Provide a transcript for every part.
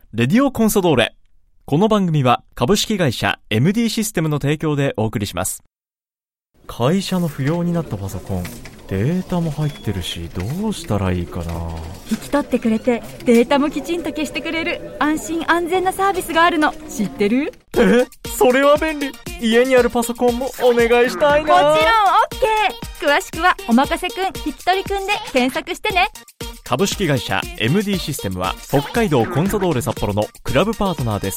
レディオコンソドーレ。この番組は株式会社 MD システムの提供でお送りします。会社の不要になったパソコン、データも入ってるし、どうしたらいいかな。 引き取ってくれてデータもきちんと消してくれる安心安全なサービスがあるの知ってる？ それは便利。家にあるパソコンもお願いしたいな。 もちろん OK。 詳しくはおまかせくん引き取りくんで検索してね。 株式会社 MD システムは北海道コンサドーレ札幌のクラブパートナーです。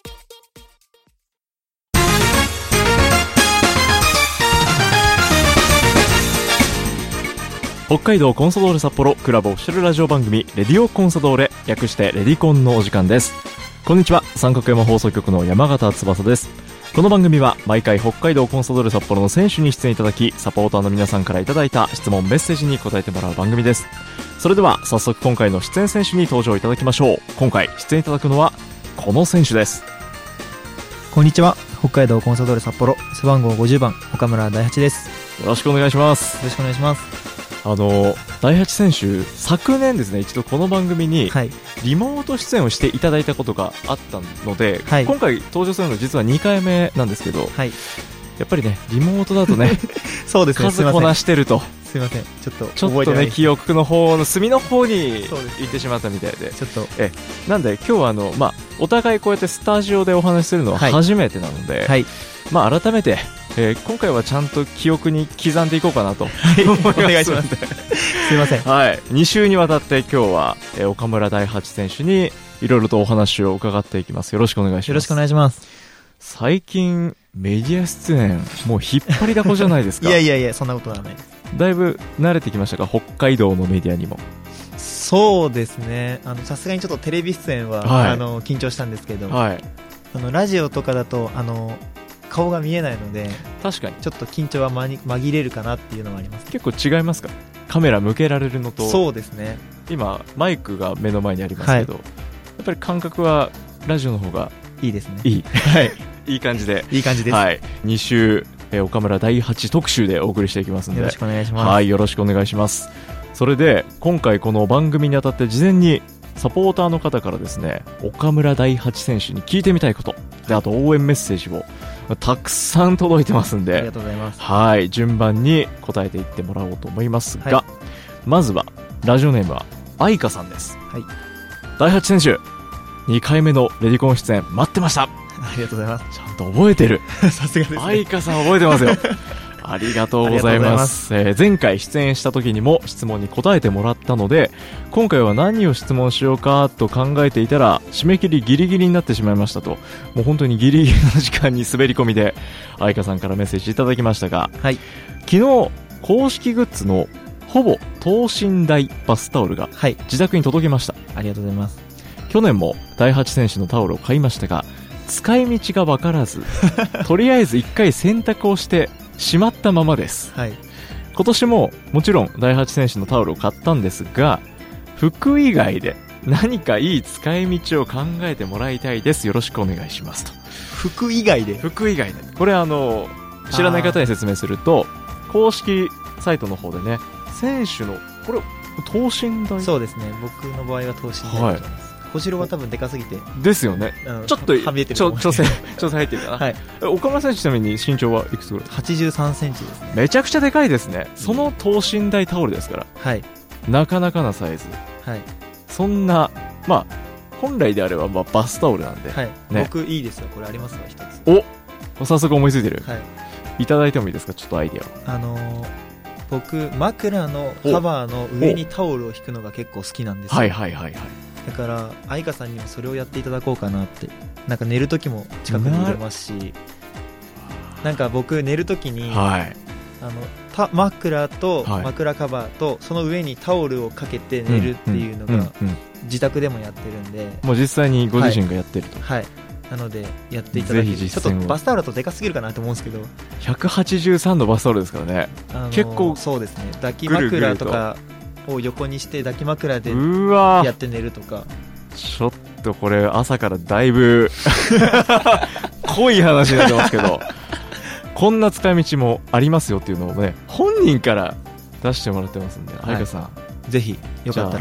北海道コンサドーレ札幌クラブオフィシャルラジオ番組レディオコンサドーレ、略してレディコンのお時間です。こんにちは、三角山放送局の山形翼です。この番組は毎回北海道コンサドーレ札幌の選手に出演いただき、サポーターの皆さんからいただいた質問メッセージに答えてもらう番組です。それでは早速今回の出演選手に登場いただきましょう。今回出演いただくのはこの選手です。 こんにちは、北海道コンサドーレ札幌背番号50番岡村大八です。 よろしくお願いします。 よろしくお願いします。 大八選手、昨年ですね、一度この番組にリモート出演をしていただいたことがあったので、はい、今回登場するの実は2回目なんですけど、はい、やっぱりねリモートだとねそうですね、 数こなしてるとすいません、ちょっとね記憶の方の隅の方に行ってしまったみたいで、 ちょっとなんで今日はお互いこうやってスタジオでお話しするのは初めてなので、はいはい、改めて今回はちゃんと記憶に刻んでいこうかなと思います。お願いします。 すいません。 はい、2週にわたって今日は岡村大八選手にいろいろとお話を伺っていきます。よろしくお願いします。 よろしくお願いします。 最近メディア出演もう引っ張りだこじゃないですか。 いやそんなことはないです。 だいぶ慣れてきましたか、北海道のメディアにも。 そうですね、さすがにちょっとテレビ出演は、はい、緊張したんですけど、はい、ラジオとかだと顔が見えないので、確かにちょっと緊張は紛れるかなっていうのはあります。 結構違いますか、カメラ向けられるのと。 そうですね、 今マイクが目の前にありますけど、はい、やっぱり感覚はラジオの方がいいですね。 いい、はい、いい感じで、 いい感じです。 はい、2週、岡村大八特集でお送りしていきますので、 よろしくお願いします。 はい、よろしくお願いします。それで今回この番組にあたって事前にサポーターの方からですね、岡村大八選手に聞いてみたいことで、あと応援メッセージをたくさん届いてますんで、 ありがとうございます。 はい、順番に答えていってもらおうと思いますが、はい、まずはラジオネームは愛花さんです。はい、大八選手、2回目のレディコン出演待ってました。ありがとうございます。 ちゃんと覚えてるさすがですね、 愛花さん覚えてますよありがとうございます。前回出演した時にも質問に答えてもらったので、今回は何を質問しようかと考えていたら締め切りギリギリになってしまいましたと。もう本当にギリギリの時間に滑り込みで愛花さんからメッセージいただきましたが、はい、昨日公式グッズのほぼ等身大バスタオルが自宅に届きました。 ありがとうございます。 去年も大八選手のタオルを買いましたが、使い道が分からずとりあえず1回洗濯をしてしまったままです。はい、今年ももちろん大八選手のタオルを買ったんですが、服以外で何かいい使い道を考えてもらいたいです。よろしくお願いしますと。 服以外でこれ知らない方に説明すると、公式サイトの方でね、選手のこれ等身大。 そうですね、僕の場合は等身大だと思います。小次郎は多分でかすぎてですよね。ちょっとはみ出てると思う。 調整入ってるかな、はい、岡村選手ちなみに身長はいくつぐらい ？83センチですね。 めちゃくちゃでかいですね。その等身大タオルですから、はい、なかなかなサイズ、はい、そんな本来であればバスタオルなんで、はいね、僕いいですよ、これありますか一つ。 早速思いついてる、はい、いただいてもいいですか、ちょっとアイデアを。 僕枕のカバーの上にタオルを引くのが結構好きなんですよ。はいはいはいはい。だから愛花さんにもそれをやっていただこうかなって。なんか寝るときも近くに入れますし、なんか僕寝るときに、はい、枕と枕カバーとその上にタオルをかけて寝るっていうのが自宅でもやってるんで、 もう実際にご自身がやってると。 はい、はい、なのでやっていただき、ちょっとバスタオルだとでかすぎるかなと思うんですけど、 183のバスタオルですからね。結構そうですね、抱き枕とかを横にして抱き枕でやって寝るとか。 ちょっとこれ朝からだいぶ濃い話になってますけどこんな使い道もありますよっていうのをね、本人から出してもらってますんで、愛花さんぜひよかったら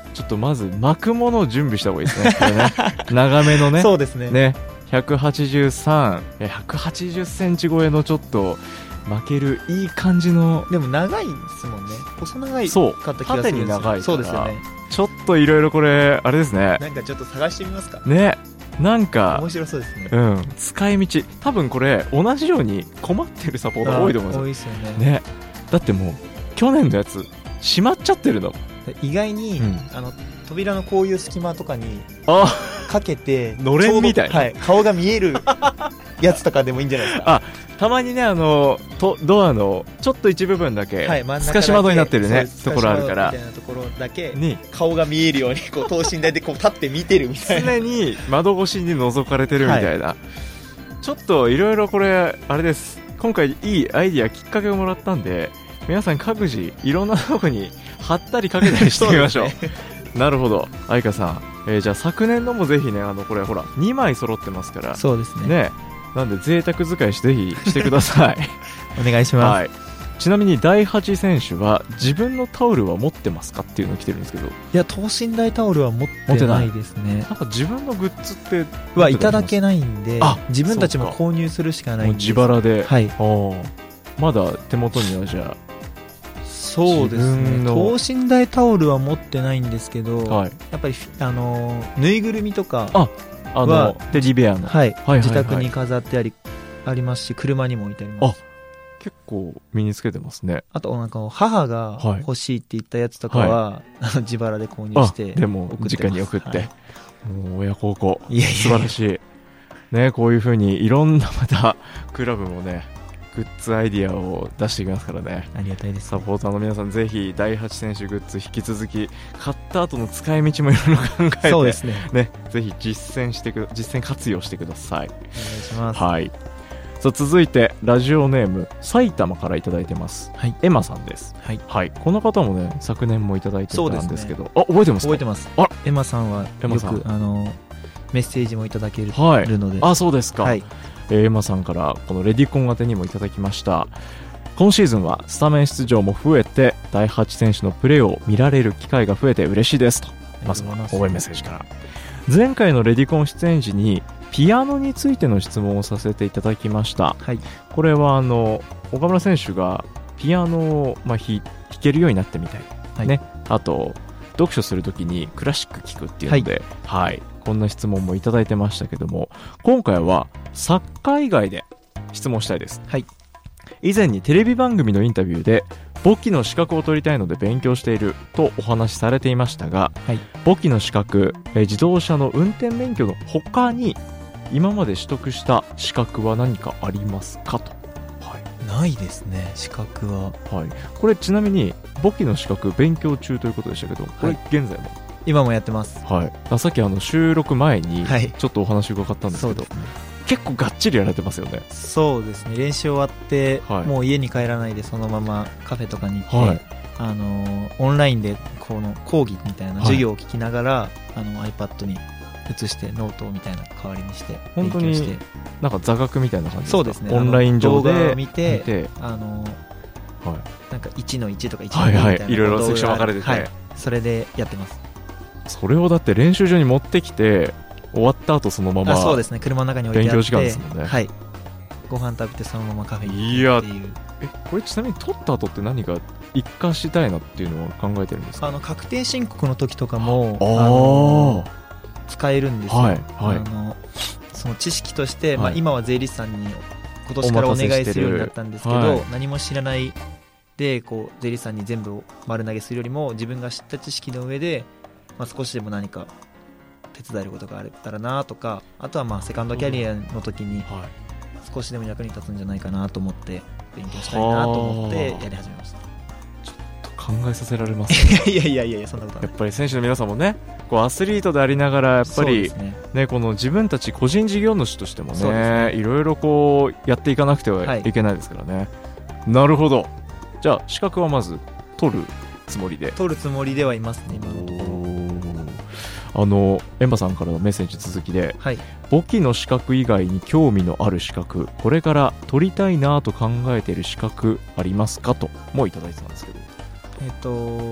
ちょっとまず巻くものを準備した方がいいですね。これね長めのね。 そうですね。 ね、180センチ超えのちょっと巻けるいい感じの。 でも長いですもんね。細長いそうかった気がするんですよ。 縦に長いから。 そうですよね。 ちょっといろいろこれあれですね。 なんかちょっと探してみますかね。なんか面白そうですね。 うん、使い道多分これ同じように困ってるサポーター多いと思いますよ。 多いですよね。だってもう去年のやつ閉まっちゃってるの。 意外に、扉のこういう隙間とかにかけてのれんみたいな、 顔が見えるやつとかでもいいんじゃないですか。 たまにね、ドアのちょっと一部分だけ透かし窓になってるねところあるから、 みたいなところだけに顔が見えるようにこう等身大でこう立って見てるみたいな、 常に窓越しに覗かれてるみたいな、ちょっといろいろこれあれです。今回いいアイディアきっかけをもらったんで、皆さん各自いろんなとこに貼ったりかけたりしてみましょう。なるほど。愛花さん、じゃあ昨年のもぜひね、これほら2枚揃ってますから。 そうですね。 なんで贅沢使いぜひしてください。 お願いします。 ちなみに第8選手は自分のタオルは持ってますかっていうのが来てるんですけど。 いや、等身大タオルは持ってないですね。 なんか自分のグッズってはいただけないんで、自分たちも購入するしかないんです。 自腹で。 はい。 まだ手元にはじゃあ。 そうですね。等身大タオルは持ってないんですけど、やっぱりぬいぐるみとかはテディベアの、 自宅に飾ってありますし、車にも置いてあります。 結構身につけてますね。 あとなんか母が欲しいって言ったやつとかは、自腹で購入してでも実家に送って、もう親孝行素晴らしいね。こういう風にいろんなまたクラブもねグッズアイディアを出していきますからね。 ありがたいです。 サポーターの皆さんぜひ第8選手グッズ引き続き買った後の使い道もいろいろ考えて、 そうですね。 ぜひ実践活用してください。お願いします。 はい。さあ続いてラジオネーム埼玉からいただいてます。エマさんです。はい。この方もね昨年もいただいてたんですけど、覚えてますか？ 覚えてます。エマさんはよくメッセージもいただけるので。 そうですか。エマさんからこのレディコン宛てにもいただきました。今シーズンはスタメン出場も増えて第8選手のプレーを見られる機会が増えて嬉しいですと、まずは応援メッセージから。前回のレディコン出演時にピアノについての質問をさせていただきました。これは岡村選手がピアノを弾けるようになってみたい、あと読書するときにクラシック聴くっていうので、こんな質問もいただいてましたけども、今回はサッカー以外で質問したいです。以前にテレビ番組のインタビューで簿記の資格を取りたいので勉強しているとお話しされていましたが、簿記の資格、自動車の運転免許の他に今まで取得した資格は何かありますかと。 ないですね、資格は。 これちなみに簿記の資格勉強中ということでしたけど、これ現在も今もやってます。 さっき収録前にちょっとお話伺ったんですけど、結構がっちりやられてますよね。 そうですね。練習終わって、もう家に帰らないでそのままカフェとかに行って、オンラインでこの講義みたいな授業を聞きながら、iPad に移してノートみたいな代わりにして勉強して、 本当になんか座学みたいな感じですか？ そうですね。 オンライン上で動画を見てなんか1の1とか1の2みたいないろいろセクション分かれてて、 それでやってます。 それをだって練習場に持ってきて終わった後そのまま、 そうですね、車の中に置いてあって、 勉強時間ですもんね。 ご飯食べてそのままカフェに行くっていう。 これちなみに取った後って何か一貫したいなっていうのは考えてるんですか？ 確定申告の時とかも使えるんですよ。その知識として、今は税理士さんに今年からお願いするようになったんですけど、何も知らないでこう税理士さんに全部丸投げするよりも、自分が知った知識の上で、少しでも何か手伝えることがあったらなとか、あとはセカンドキャリアの時に少しでも役に立つんじゃないかなと思って勉強したいなと思ってやり始めました。 ちょっと考えさせられますね。 いやそんなことはない。 やっぱり選手の皆さんもね、こうアスリートでありながらやっぱりね、この自分たち個人事業主としてもね、いろいろこうやっていかなくてはいけないですからね。なるほど。じゃあ資格はまず取るつもりではいますね、今のところ。エンバさんからのメッセージ続きで、簿記の資格以外に興味のある資格、これから取りたいなと考えている資格ありますかともいただいてたんですけど、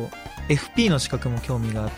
FP の資格も興味があって、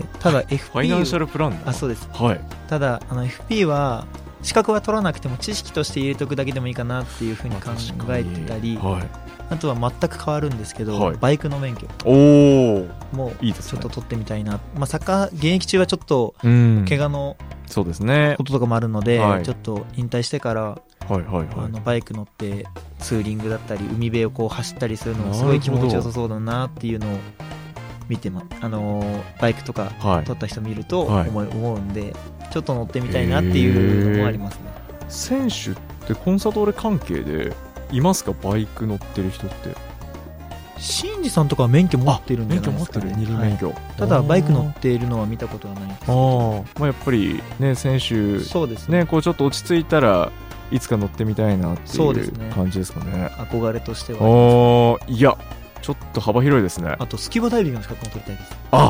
ただ FP ファイナンシャルプランナー。 そうです、 はい、 ただFP は資格は取らなくても知識として入れておくだけでもいいかなっていうふうに考えてたり、あとは全く変わるんですけど、バイクの免許もうちょっと取ってみたいな。サッカー現役中はちょっと怪我のこととかもあるので、ちょっと引退してからバイク乗ってツーリングだったり海辺をこう走ったりするのもすごい気持ちよさそうだなっていうのを見てバイクとか撮った人見ると思うんで、ちょっと乗ってみたいなっていうのもありますね。 選手ってコンサドーレ関係でいますか？バイク乗ってる人って。 新次さんとかは免許持ってるんじゃないですかね。 二輪免許、 ただバイク乗っているのは見たことはないですけど、 やっぱりね選手そうですね、 こうちょっと落ち着いたらいつか乗ってみたいなっていう感じですかね。 憧れとしては。 いやちょっと幅広いですね。 あとスキューバダイビングの資格も取りたいです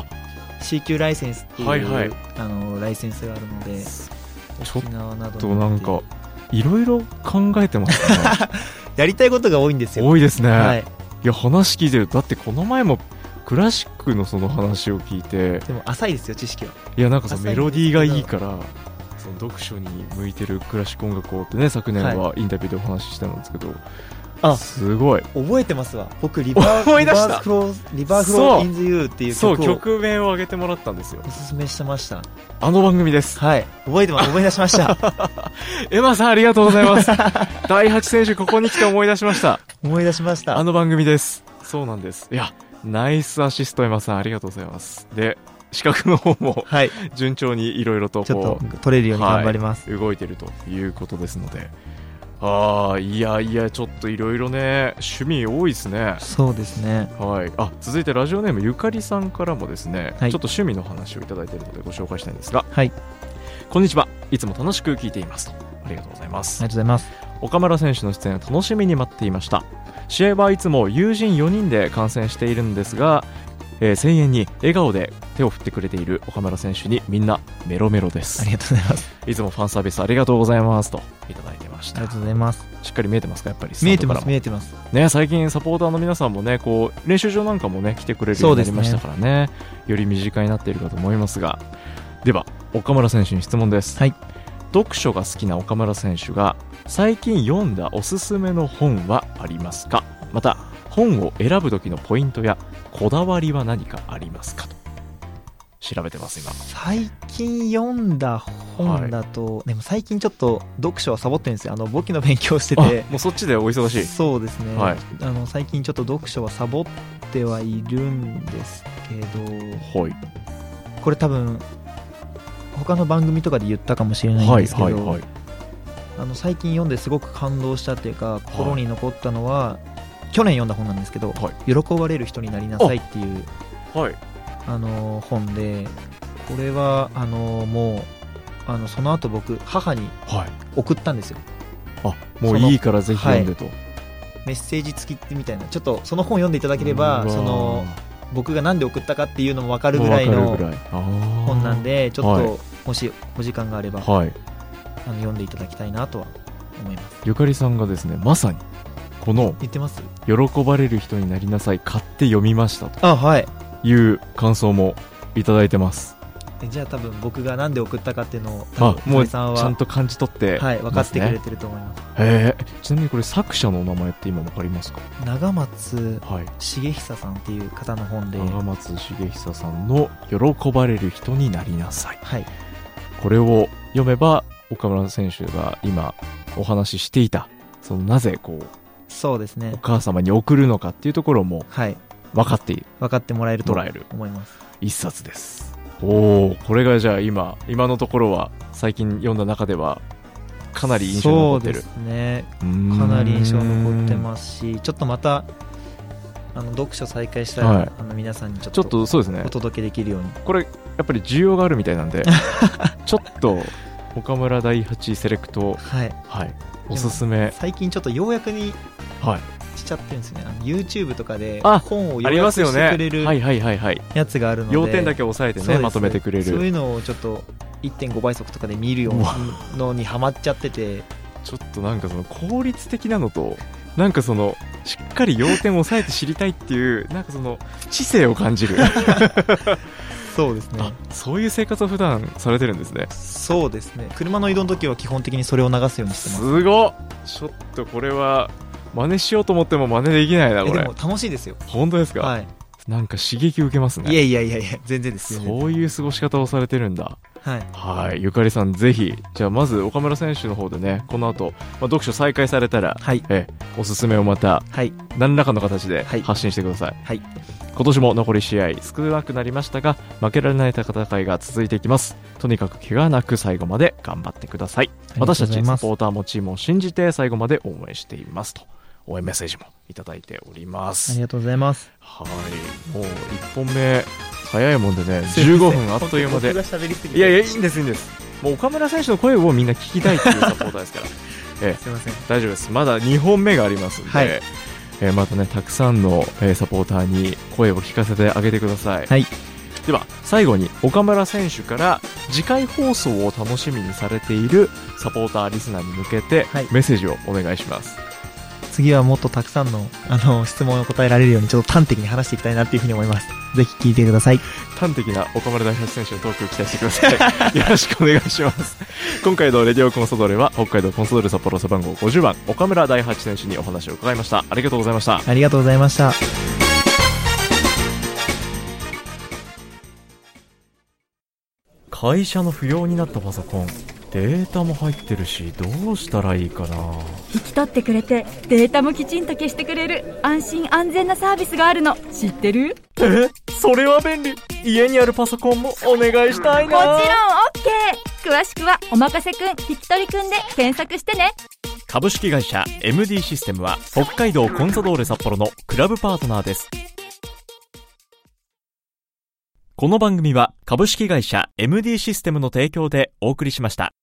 。C 級ライセンスっていう、ライセンスがあるので、沖縄などちょっとなんかいろいろ考えてますね。 やりたいことが多いんですよ。 多いですね。いや話聞いてる。だってこの前もクラシックのその話を聞いて、 でも浅いですよ知識は。 いやなんかメロディーがいいからその読書に向いてるクラシック音楽をってね、昨年はインタビューでお話ししたんですけど、すごい覚えてますわ。僕リバーフローインズユーっていう曲名を上げてもらったんですよ。 おすすめしてました。 あの番組です。 覚えてます。思い出しました。 エマさんありがとうございます。第8選手ここに来て思い出しました。あの番組です。そうなんです。いやナイスアシストエマさんありがとうございます。で資格の方も、順調にいろいろとちょっと取れるように頑張ります、 動いてるということですので、いやちょっといろいろね趣味多いですね。 そうですね。 続いてラジオネームゆかりさんからもですね、ちょっと趣味の話をいただいているのでご紹介したいんですが、こんにちは、いつも楽しく聞いていますと。ありがとうございます。 ありがとうございます。 岡村選手の出演を楽しみに待っていました。試合はいつも友人4人で観戦しているんですが、声援に笑顔で手を振ってくれている岡村選手にみんなメロメロです。 ありがとうございます。 いつもファンサービスありがとうございますといただいてました。 ありがとうございます。 しっかり見えてますか？やっぱり見えてますね。最近サポーターの皆さんもねこう練習場なんかもね来てくれるようになりましたから ね、より身近になっているかと思いますが、では岡村選手に質問です。読書が好きな岡村選手が最近読んだおすすめの本はありますか？また本を選ぶ時のポイントやこだわりは何かありますかと調べてます。今最近読んだ本だと、でも最近ちょっと読書はサボってるんですよ。簿記の勉強してて。 もうそっちでお忙しい。 そうですね、最近ちょっと読書はサボってはいるんですけど、これ多分他の番組とかで言ったかもしれないんですけど、最近読んですごく感動したっていうか心に残ったのは、去年読んだ本なんですけど、喜ばれる人になりなさいっていう、本で、これはもうその後僕母に送ったんですよ。 もういいからぜひ読んでと、 メッセージ付きみたいな、ちょっとその本読んでいただければ僕が何で送ったかっていうのも分かるぐらいの本なんで、ちょっともしお時間があれば、読んでいただきたいなとは思います。 ゆかりさんがですねまさにこの言ってます。 喜ばれる人になりなさい買って読みましたという感想もいただいてます。 じゃあ多分僕が何で送ったかっていうのをもうちゃんと感じ取ってますね。 分かってくれてると思います。 ちなみにこれ作者のお名前って今分かりますか？ 長松茂久さんっていう方の本で、 長松茂久さんの喜ばれる人になりなさい、これを読めば岡村選手が今お話ししていたそのなぜこうそうですね、 お母様に送るのかっていうところも分かってもらえると思います。 一冊です。これがじゃあ今のところは最近読んだ中ではかなり印象に残ってる。 そうですね、かなり印象残ってますし、ちょっとまた読書再開したら、皆さんにちょっとそうですねお届けできるように。 これやっぱり需要があるみたいなんでちょっと岡村第8セレクト、おすすめ。 最近ちょっと要約にしちゃってるんですね。YouTube とかで本を要約してくれるやつがあるので、 要点だけ押さえてねまとめてくれる、 そういうのをちょっと 1.5 倍速とかで見るようなのにハマっちゃってて、 ちょっとなんかその効率的なのとなんかそのしっかり要点を押さえて知りたいっていうなんかその知性を感じるそうですね。 そういう生活を普段されてるんですね。 そうですね。車の移動の時は基本的にそれを流すようにしてます。 すごっ。ちょっとこれは真似しようと思っても真似できないなこれ。 でも楽しいですよ。 本当ですか？ はい。 なんか刺激受けますね。 いや全然です。 そういう過ごし方をされてるんだ。 はい、 はい。ゆかりさんぜひじゃあまず岡村選手の方でね、この後、読書再開されたら、 はい、 おすすめをまた、 はい、 何らかの形で発信してください。 はい。 今年も残り試合少なくなりましたが、負けられない戦いが続いていきます。とにかく怪我なく最後まで頑張ってください。私たちサポーターもチームを信じて最後まで応援していますと応援メッセージもいただいております。 ありがとうございます。 はい。もう1本目早いもんでね、15分あっという間で。いやいいんですいいんです。もう岡村選手の声をみんな聞きたいっていうサポーターですからすいません、 大丈夫です。まだ2本目がありますんで、はい、またねたくさんの、サポーターに声を聞かせてあげてください。 はい。 では最後に岡村選手から次回放送を楽しみにされているサポーターリスナーに向けてメッセージをお願いします。 次はもっとたくさんの質問を答えられるようにちょっと端的に話していきたいなっていうふうに思います。ぜひ聞いてください。 端的な岡村大八選手のトークを期待してください。よろしくお願いします。今回のレディオコンソドーレは北海道コンソドーレ札幌背番号50番岡村大八選手にお話を伺いました。ありがとうございました。 ありがとうございました。 会社の不要になったパソコン、データも入ってるしどうしたらいいかな。 引き取ってくれてデータもきちんと消してくれる安心安全なサービスがあるの知ってる？ それは便利。家にあるパソコンもお願いしたいな。 もちろん OK。 詳しくはおまかせくん引き取りくんで検索してね。 株式会社 MD システムは北海道コンサドーレ札幌のクラブパートナーです。この番組は株式会社 MD システムの提供でお送りしました。